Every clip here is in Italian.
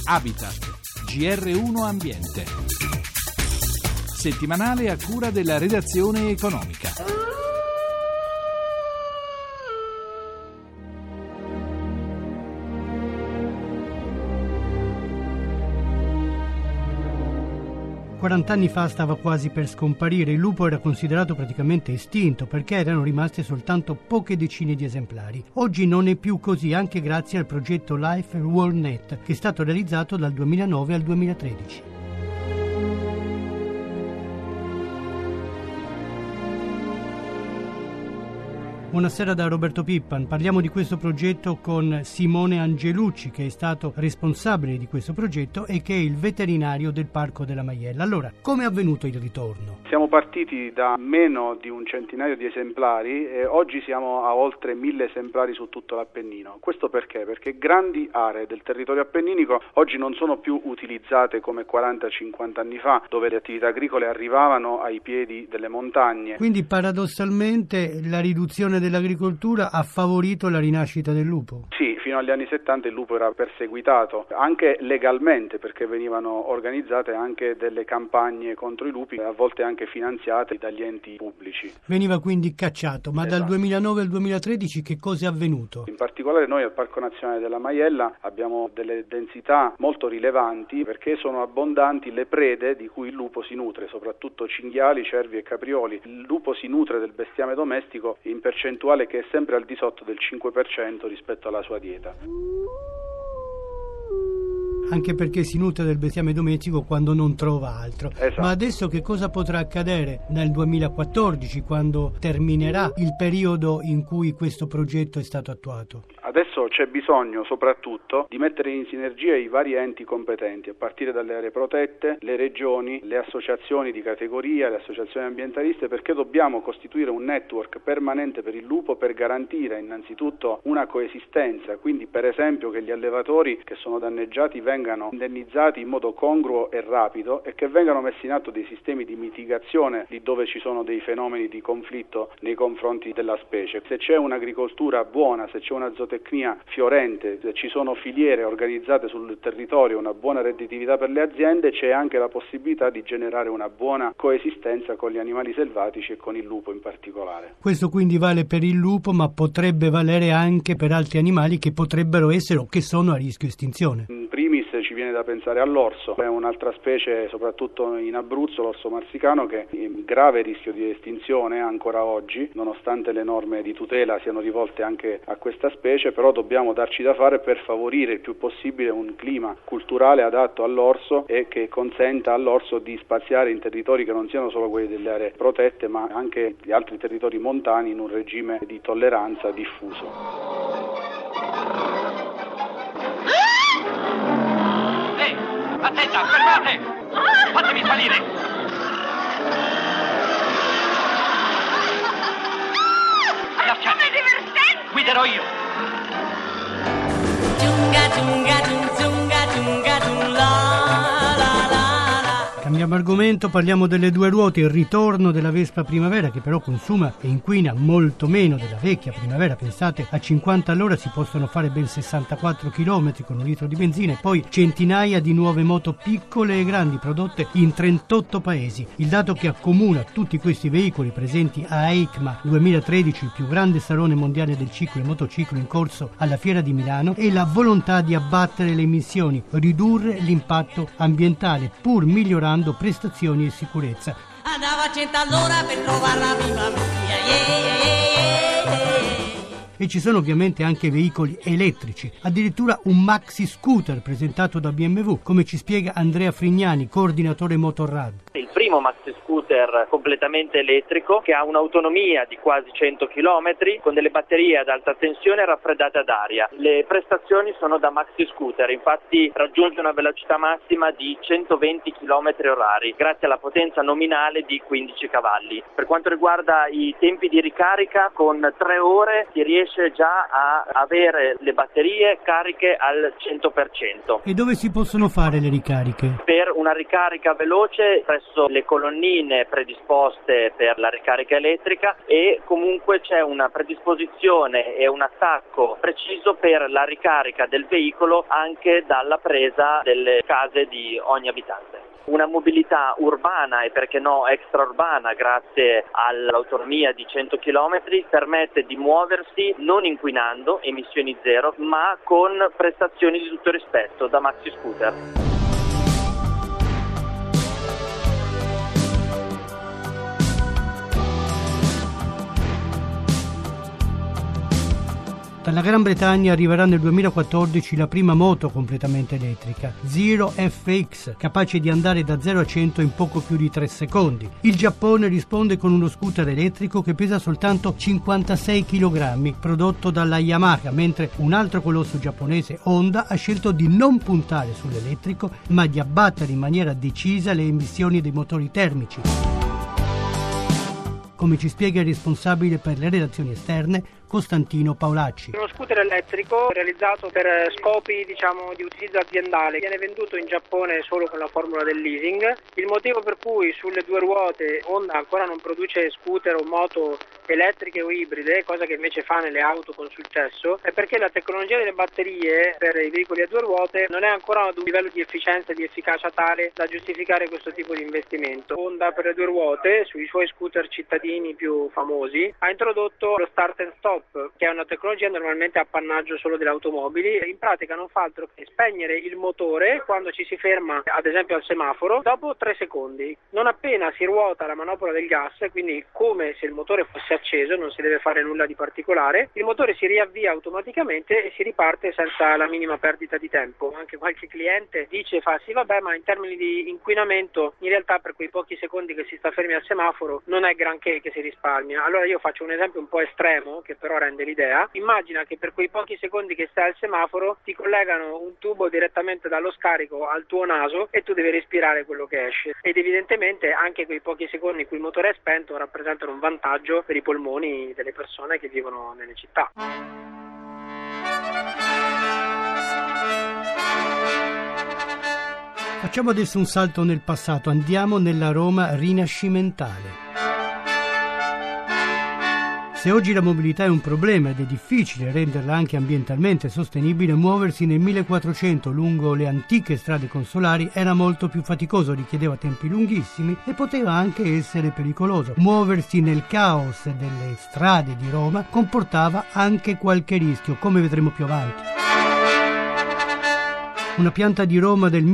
Habitat, GR1 Ambiente. Settimanale a cura della redazione economica. Quarant'anni fa stava quasi per scomparire. Il lupo era considerato praticamente estinto perché erano rimaste soltanto poche decine di esemplari. Oggi non è più così, anche grazie al progetto Life World Net, che è stato realizzato dal 2009 al 2013. Buonasera da Roberto Pippan. Parliamo di questo progetto con Simone Angelucci, che è stato responsabile di questo progetto e che è il veterinario del Parco della Maiella. Allora, come è avvenuto il ritorno? Siamo partiti da meno di un centinaio di esemplari e oggi siamo a oltre 1000 esemplari su tutto l'Appennino. Questo perché? Perché grandi aree del territorio appenninico oggi non sono più utilizzate come 40-50 anni fa, dove le attività agricole arrivavano ai piedi delle montagne. Quindi paradossalmente la riduzione dell'agricoltura ha favorito la rinascita del lupo? Sì, fino agli anni 70 il lupo era perseguitato, anche legalmente, perché venivano organizzate anche delle campagne contro i lupi, a volte anche finanziate dagli enti pubblici. Veniva quindi cacciato, ma Esatto. Dal 2009 al 2013 che cosa è avvenuto? In particolare noi al Parco Nazionale della Maiella abbiamo delle densità molto rilevanti perché sono abbondanti le prede di cui il lupo si nutre, soprattutto cinghiali, cervi e caprioli. Il lupo si nutre del bestiame domestico in percentuale che è sempre al di sotto del 5% rispetto alla sua dieta. Anche perché si nutre del bestiame domestico quando non trova altro. Esatto. Ma adesso che cosa potrà accadere nel 2014, quando terminerà il periodo in cui questo progetto è stato attuato? Adesso c'è bisogno soprattutto di mettere in sinergia i vari enti competenti, a partire dalle aree protette, le regioni, le associazioni di categoria, le associazioni ambientaliste, perché dobbiamo costituire un network permanente per il lupo per garantire innanzitutto una coesistenza, quindi per esempio che gli allevatori che sono danneggiati vengano indennizzati in modo congruo e rapido e che vengano messi in atto dei sistemi di mitigazione lì dove ci sono dei fenomeni di conflitto nei confronti della specie. Se c'è un'agricoltura buona, se c'è una zootecnia fiorente, se ci sono filiere organizzate sul territorio, una buona redditività per le aziende, c'è anche la possibilità di generare una buona coesistenza con gli animali selvatici e con il lupo in particolare. Questo quindi vale per il lupo, ma potrebbe valere anche per altri animali che potrebbero essere o che sono a rischio estinzione. In primis ci viene da pensare all'orso, è un'altra specie soprattutto in Abruzzo, l'orso marsicano, che è in grave rischio di estinzione ancora oggi, nonostante le norme di tutela siano rivolte anche a questa specie, però dobbiamo darci da fare per favorire il più possibile un clima culturale adatto all'orso e che consenta all'orso di spaziare in territori che non siano solo quelli delle aree protette, ma anche gli altri territori montani in un regime di tolleranza diffuso. Attenta, fermate! Fatemi salire! Lasciate! Come divertente! Guiderò io! Cambiamo argomento, parliamo delle due ruote, il ritorno della Vespa Primavera, che però consuma e inquina molto meno della vecchia Primavera. Pensate, a 50 all'ora si possono fare ben 64 km con un litro di benzina e poi centinaia di nuove moto piccole e grandi prodotte in 38 paesi. Il dato che accomuna tutti questi veicoli presenti a EICMA 2013, il più grande salone mondiale del ciclo e motociclo in corso alla Fiera di Milano, è la volontà di abbattere le emissioni, ridurre l'impatto ambientale, pur migliorando prestazioni e sicurezza. Andava a 100 all'ora per trovare la prima E ci sono ovviamente anche veicoli elettrici, addirittura un maxi scooter presentato da BMW, come ci spiega Andrea Frignani, coordinatore Motorrad. Il primo maxi scooter completamente elettrico che ha un'autonomia di quasi 100 km con delle batterie ad alta tensione raffreddate ad aria. Le prestazioni sono da maxi scooter, infatti raggiunge una velocità massima di 120 km/h grazie alla potenza nominale di 15 cavalli. Per quanto riguarda i tempi di ricarica, con 3 ore si riesce già a avere le batterie cariche al 100%. E dove si possono fare le ricariche? Per una ricarica veloce presso attraverso le colonnine predisposte per la ricarica elettrica e comunque c'è una predisposizione e un attacco preciso per la ricarica del veicolo anche dalla presa delle case di ogni abitante. Una mobilità urbana e perché no extraurbana, grazie all'autonomia di 100 km, permette di muoversi non inquinando, emissioni zero, ma con prestazioni di tutto rispetto da maxi scooter. Dalla Gran Bretagna arriverà nel 2014 la prima moto completamente elettrica, Zero FX, capace di andare da 0 a 100 in poco più di 3 secondi. Il Giappone risponde con uno scooter elettrico che pesa soltanto 56 kg, prodotto dalla Yamaha, mentre un altro colosso giapponese, Honda, ha scelto di non puntare sull'elettrico, ma di abbattere in maniera decisa le emissioni dei motori termici. Come ci spiega il responsabile per le relazioni esterne, Costantino Paolacci. Uno scooter elettrico realizzato per scopi di utilizzo aziendale, viene venduto in Giappone solo con la formula del leasing. Il motivo per cui sulle due ruote Honda ancora non produce scooter o moto elettriche o ibride, cosa che invece fa nelle auto con successo, è perché la tecnologia delle batterie per i veicoli a due ruote non è ancora ad un livello di efficienza e di efficacia tale da giustificare questo tipo di investimento. Honda per le due ruote, sui suoi scooter cittadini più famosi, ha introdotto lo start and stop, che è una tecnologia normalmente appannaggio solo delle automobili. In pratica non fa altro che spegnere il motore quando ci si ferma, ad esempio al semaforo, dopo 3 secondi. Non appena si ruota la manopola del gas, quindi come se il motore fosse acceso, non si deve fare nulla di particolare, il motore si riavvia automaticamente e si riparte senza la minima perdita di tempo. Anche qualche cliente dice, sì vabbè, ma in termini di inquinamento in realtà per quei pochi secondi che si sta fermi al semaforo non è granché che si risparmia. Allora io faccio un esempio un po' estremo che però rende l'idea. Immagina che per quei pochi secondi che stai al semaforo ti collegano un tubo direttamente dallo scarico al tuo naso e tu devi respirare quello che esce, ed evidentemente anche quei pochi secondi in cui il motore è spento rappresentano un vantaggio per i polmoni delle persone che vivono nelle città. Facciamo adesso un salto nel passato, andiamo nella Roma rinascimentale. Se oggi la mobilità è un problema ed è difficile renderla anche ambientalmente sostenibile, muoversi nel 1400 lungo le antiche strade consolari era molto più faticoso, richiedeva tempi lunghissimi e poteva anche essere pericoloso. Muoversi nel caos delle strade di Roma comportava anche qualche rischio, come vedremo più avanti. Una pianta di Roma del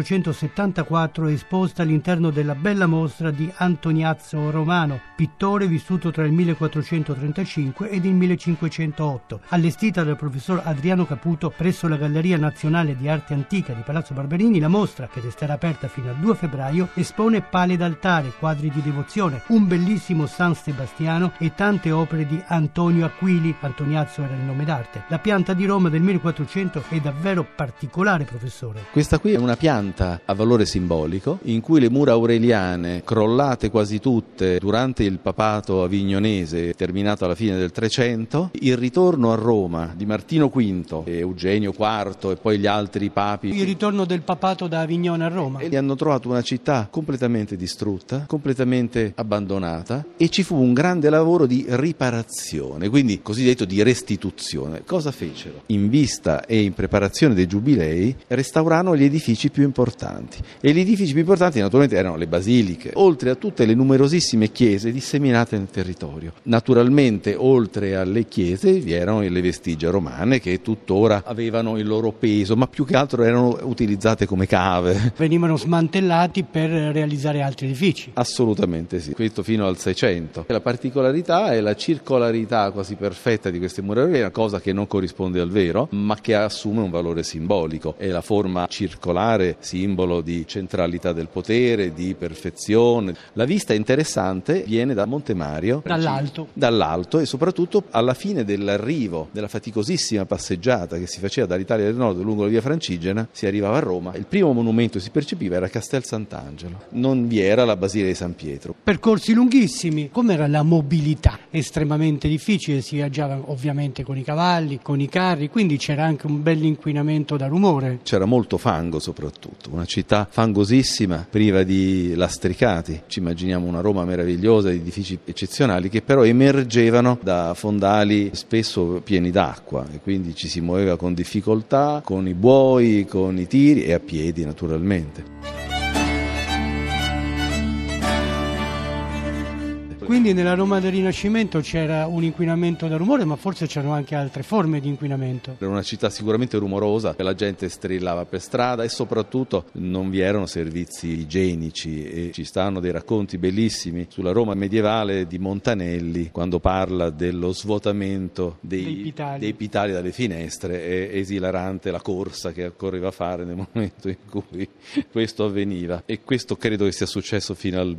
1474 è esposta all'interno della bella mostra di Antoniazzo Romano, pittore vissuto tra il 1435 ed il 1508. Allestita dal professor Adriano Caputo presso la Galleria Nazionale di Arte Antica di Palazzo Barberini, la mostra, che resterà aperta fino al 2 febbraio, espone pale d'altare, quadri di devozione, un bellissimo San Sebastiano e tante opere di Antonio Aquili. Antoniazzo era il nome d'arte. La pianta di Roma del 1400 è davvero particolare, professore. Questa qui è una pianta a valore simbolico in cui le mura aureliane, crollate quasi tutte durante il papato avignonese terminato alla fine del 300, il ritorno a Roma di Martino V, Eugenio IV e poi gli altri papi, Il ritorno del papato da Avignone a Roma. e hanno trovato una città completamente distrutta, completamente abbandonata, e ci fu un grande lavoro di riparazione, quindi cosiddetto di restituzione. Cosa fecero? In vista e in preparazione dei giubilei restaurarono gli edifici più importanti, e gli edifici più importanti naturalmente erano le basiliche, oltre a tutte le numerosissime chiese disseminate nel territorio. Naturalmente oltre alle chiese vi erano le vestigia romane che tuttora avevano il loro peso, ma più che altro erano utilizzate come cave. Venivano smantellati per realizzare altri edifici. Assolutamente sì, questo fino al 600. La particolarità è la circolarità quasi perfetta di queste mura aureliane, cosa che non corrisponde al vero, ma che assume un valore simbolico. È la forma circolare, simbolo di centralità del potere, di perfezione. La vista interessante viene da Monte Mario, dall'alto, e soprattutto alla fine dell'arrivo della faticosissima passeggiata che si faceva dall'Italia del Nord lungo la via Francigena, si arrivava a Roma. Il primo monumento che si percepiva era Castel Sant'Angelo, non vi era la Basilica di San Pietro. Percorsi lunghissimi. Com'era la mobilità? Estremamente difficile, si viaggiava ovviamente con i cavalli, con i carri, quindi c'era anche un bel inquinamento da rumore. c'era molto fango soprattutto, una città fangosissima, priva di lastricati. Ci immaginiamo una Roma meravigliosa, di edifici eccezionali che però emergevano da fondali spesso pieni d'acqua e quindi ci si muoveva con difficoltà, con i buoi, con i tiri e a piedi naturalmente. Quindi nella Roma del Rinascimento c'era un inquinamento da rumore, ma forse c'erano anche altre forme di inquinamento. Era una città sicuramente rumorosa, la gente strillava per strada e soprattutto non vi erano servizi igienici e ci stanno dei racconti bellissimi sulla Roma medievale di Montanelli quando parla dello svuotamento dei pitali dalle finestre. È esilarante la corsa che occorreva fare nel momento in cui questo avveniva e questo credo che sia successo fino al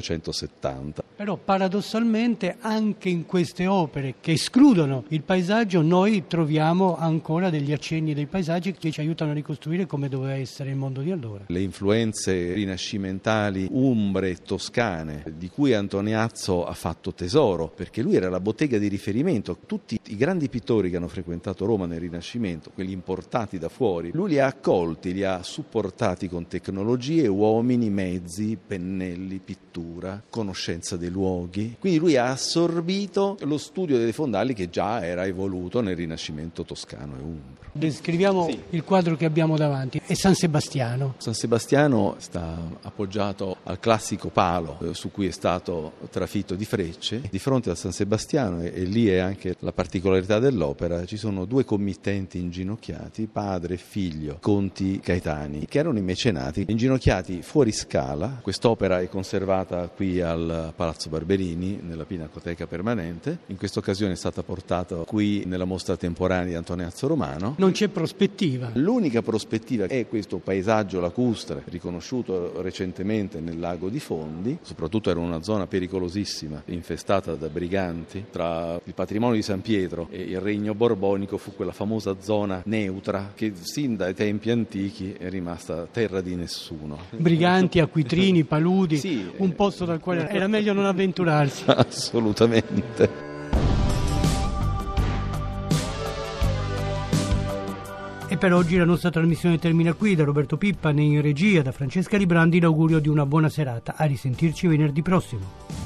1870. Però paradossalmente anche in queste opere che escludono il paesaggio noi troviamo ancora degli accenni dei paesaggi che ci aiutano a ricostruire come doveva essere il mondo di allora. Le influenze rinascimentali umbre e toscane di cui Antoniazzo ha fatto tesoro, perché lui era la bottega di riferimento. Tutti i grandi pittori che hanno frequentato Roma nel Rinascimento, quelli importati da fuori, lui li ha accolti, li ha supportati con tecnologie, uomini, mezzi, pennelli, pittura, conoscenza dei luoghi. Quindi lui ha assorbito lo studio dei fondali che già era evoluto nel Rinascimento toscano e umbro. Descriviamo il quadro che abbiamo davanti, è San Sebastiano. San Sebastiano sta appoggiato al classico palo su cui è stato trafitto di frecce. Di fronte a San Sebastiano, e lì è anche la particolarità dell'opera, ci sono due committenti inginocchiati, padre e figlio, conti Gaetani, che erano i mecenati, inginocchiati fuori scala. Quest'opera è conservata qui al Palazzo Barberini, nella Pinacoteca permanente. In questa occasione è stata portata qui nella mostra temporanea di Antoniazzo Romano. Non c'è prospettiva. L'unica prospettiva è questo paesaggio lacustre, riconosciuto recentemente nel lago di Fondi. Soprattutto era una zona pericolosissima, infestata da briganti. Tra il patrimonio di San Pietro e il regno borbonico fu quella famosa zona neutra che sin dai tempi antichi è rimasta terra di nessuno. Briganti, acquitrini, paludi, sì, un posto dal quale era meglio non avventurarsi. Assolutamente. E per oggi la nostra trasmissione termina qui. Da Roberto Pippan e in regia da Francesca Librandi l'augurio di una buona serata. A risentirci venerdì prossimo.